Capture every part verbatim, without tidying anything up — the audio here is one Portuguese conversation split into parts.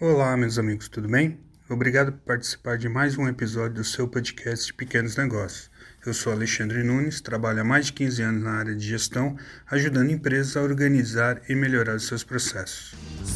Olá, meus amigos, tudo bem? Obrigado por participar de mais um episódio do seu podcast de Pequenos Negócios. Eu sou Alexandre Nunes, trabalho há mais de quinze anos na área de gestão, ajudando empresas a organizar e melhorar os seus processos.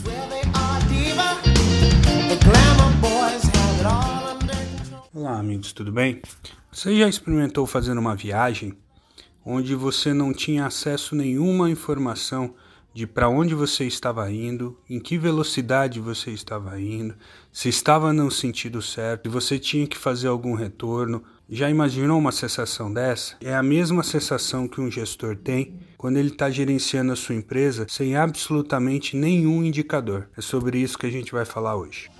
Olá, amigos, tudo bem? Você já experimentou fazer uma viagem onde você não tinha acesso a nenhuma informação de para onde você estava indo, em que velocidade você estava indo, se estava no sentido certo, e você tinha que fazer algum retorno? Já imaginou uma sensação dessa? É a mesma sensação que um gestor tem quando ele está gerenciando a sua empresa sem absolutamente nenhum indicador. É sobre isso que a gente vai falar hoje.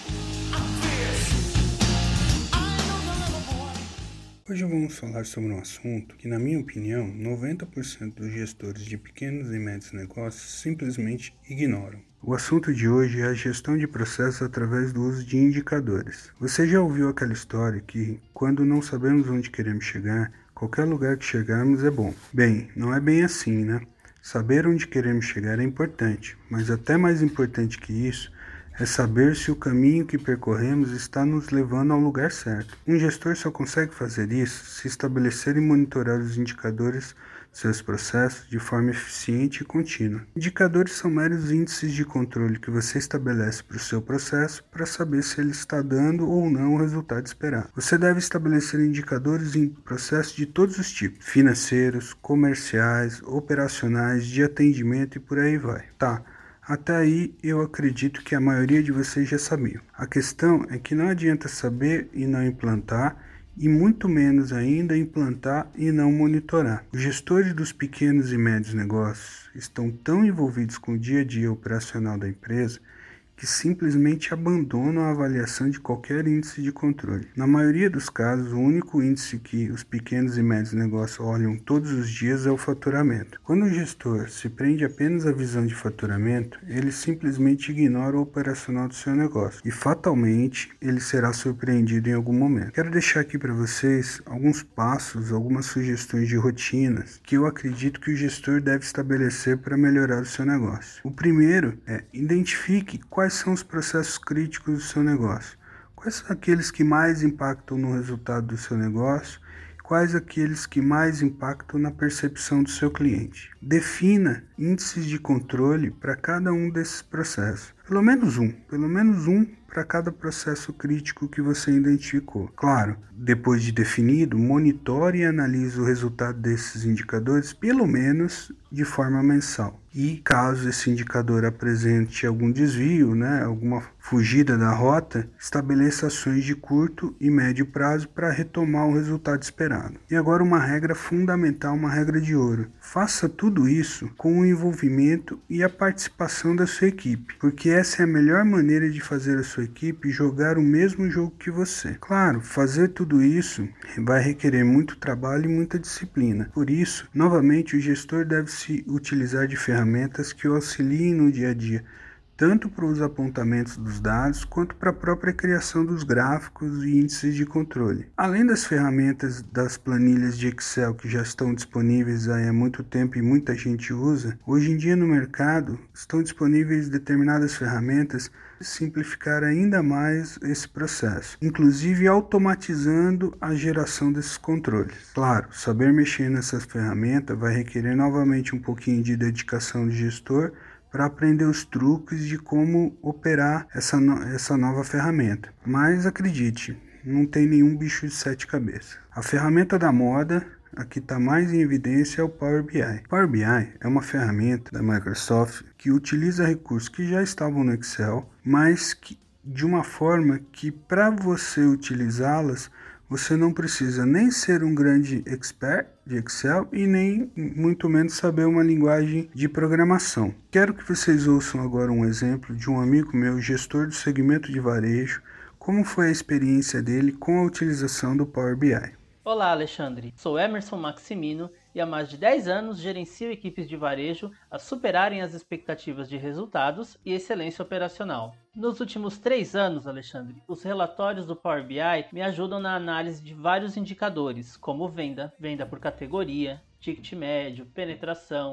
Hoje vamos falar sobre um assunto que, na minha opinião, noventa por cento dos gestores de pequenos e médios negócios simplesmente ignoram. O assunto de hoje é a gestão de processos através do uso de indicadores. Você já ouviu aquela história que, quando não sabemos onde queremos chegar, qualquer lugar que chegarmos é bom? Bem, não é bem assim, né? Saber onde queremos chegar é importante, mas até mais importante que isso, é saber se o caminho que percorremos está nos levando ao lugar certo. Um gestor só consegue fazer isso se estabelecer e monitorar os indicadores de seus processos de forma eficiente e contínua. Indicadores são meros índices de controle que você estabelece para o seu processo para saber se ele está dando ou não o resultado esperado. Você deve estabelecer indicadores em processos de todos os tipos: financeiros, comerciais, operacionais, de atendimento e por aí vai. Tá. Até aí, eu acredito que a maioria de vocês já sabiam. A questão é que não adianta saber e não implantar, e muito menos ainda implantar e não monitorar. Os gestores dos pequenos e médios negócios estão tão envolvidos com o dia a dia operacional da empresa que simplesmente abandonam a avaliação de qualquer índice de controle. Na maioria dos casos, o único índice que os pequenos e médios negócios olham todos os dias é o faturamento. Quando o gestor se prende apenas à visão de faturamento, ele simplesmente ignora o operacional do seu negócio e fatalmente ele será surpreendido em algum momento. Quero deixar aqui para vocês alguns passos, algumas sugestões de rotinas que eu acredito que o gestor deve estabelecer para melhorar o seu negócio. O primeiro é: identifique quais são os processos críticos do seu negócio. Quais são aqueles que mais impactam no resultado do seu negócio? Quais aqueles que mais impactam na percepção do seu cliente? Defina índices de controle para cada um desses processos. Pelo menos um, pelo menos um para cada processo crítico que você identificou. Claro, depois de definido, monitore e analise o resultado desses indicadores, pelo menos de forma mensal. E caso esse indicador apresente algum desvio, né, alguma fugida da rota, estabeleça ações de curto e médio prazo para retomar o resultado esperado. E agora uma regra fundamental, uma regra de ouro. Faça tudo isso com o envolvimento e a participação da sua equipe, porque essa é a melhor maneira de fazer a sua equipe jogar o mesmo jogo que você. Claro, fazer tudo isso vai requerer muito trabalho e muita disciplina. Por isso, novamente, o gestor deve se utilizar de ferramentas que o auxiliem no dia a dia, tanto para os apontamentos dos dados, quanto para a própria criação dos gráficos e índices de controle. Além das ferramentas das planilhas de Excel que já estão disponíveis há muito tempo e muita gente usa, hoje em dia no mercado estão disponíveis determinadas ferramentas para simplificar ainda mais esse processo, inclusive automatizando a geração desses controles. Claro, saber mexer nessas ferramentas vai requerer novamente um pouquinho de dedicação do gestor, para aprender os truques de como operar essa, no- essa nova ferramenta. Mas acredite, não tem nenhum bicho de sete cabeças. A ferramenta da moda, a que está mais em evidência, é o Power B I. Power B I é uma ferramenta da Microsoft que utiliza recursos que já estavam no Excel, mas que, de uma forma que, para você utilizá-las, você não precisa nem ser um grande expert de Excel e nem muito menos saber uma linguagem de programação. Quero que vocês ouçam agora um exemplo de um amigo meu, gestor do segmento de varejo, como foi a experiência dele com a utilização do Power B I. Olá, Alexandre. Sou Emerson Maximino e há mais de dez anos gerencio equipes de varejo a superarem as expectativas de resultados e excelência operacional. Nos últimos três anos, Alexandre, os relatórios do Power B I me ajudam na análise de vários indicadores, como venda, venda por categoria, ticket médio, penetração,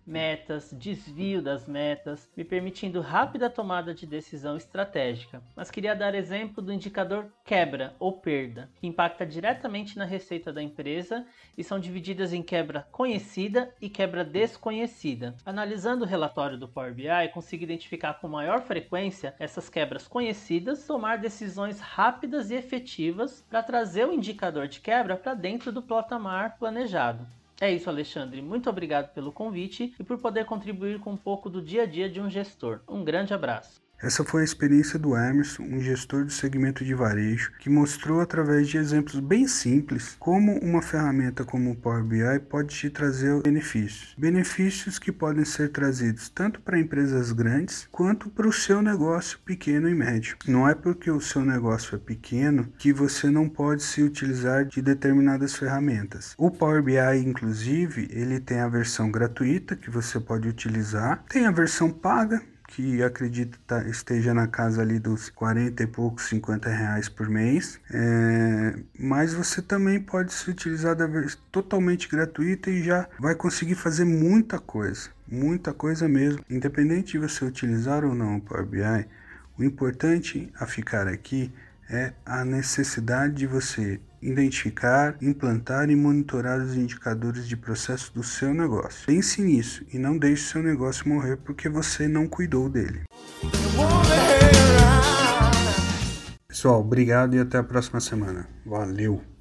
metas, desvio das metas, me permitindo rápida tomada de decisão estratégica. Mas queria dar exemplo do indicador quebra ou perda, que impacta diretamente na receita da empresa e são divididas em quebra conhecida e quebra desconhecida. Analisando o relatório do Power B I, consigo identificar com maior frequência essas quebras conhecidas, tomar decisões rápidas e efetivas para trazer o indicador de quebra para dentro do patamar planejado. É isso, Alexandre. Muito obrigado pelo convite e por poder contribuir com um pouco do dia a dia de um gestor. Um grande abraço. Essa foi a experiência do Emerson, um gestor do segmento de varejo, que mostrou através de exemplos bem simples como uma ferramenta como o Power B I pode te trazer benefícios. Benefícios que podem ser trazidos tanto para empresas grandes quanto para o seu negócio pequeno e médio. Não é porque o seu negócio é pequeno que você não pode se utilizar de determinadas ferramentas. O Power B I, inclusive, ele tem a versão gratuita que você pode utilizar, tem a versão paga, que acredito tá, esteja na casa ali dos quarenta e poucos, cinquenta reais por mês, é, mas você também pode se utilizar da versão totalmente gratuita e já vai conseguir fazer muita coisa, muita coisa mesmo, independente de você utilizar ou não o Power B I. O importante a ficar aqui é a necessidade de você identificar, implantar e monitorar os indicadores de processo do seu negócio. Pense nisso e não deixe seu negócio morrer porque você não cuidou dele. Pessoal, obrigado e até a próxima semana. Valeu!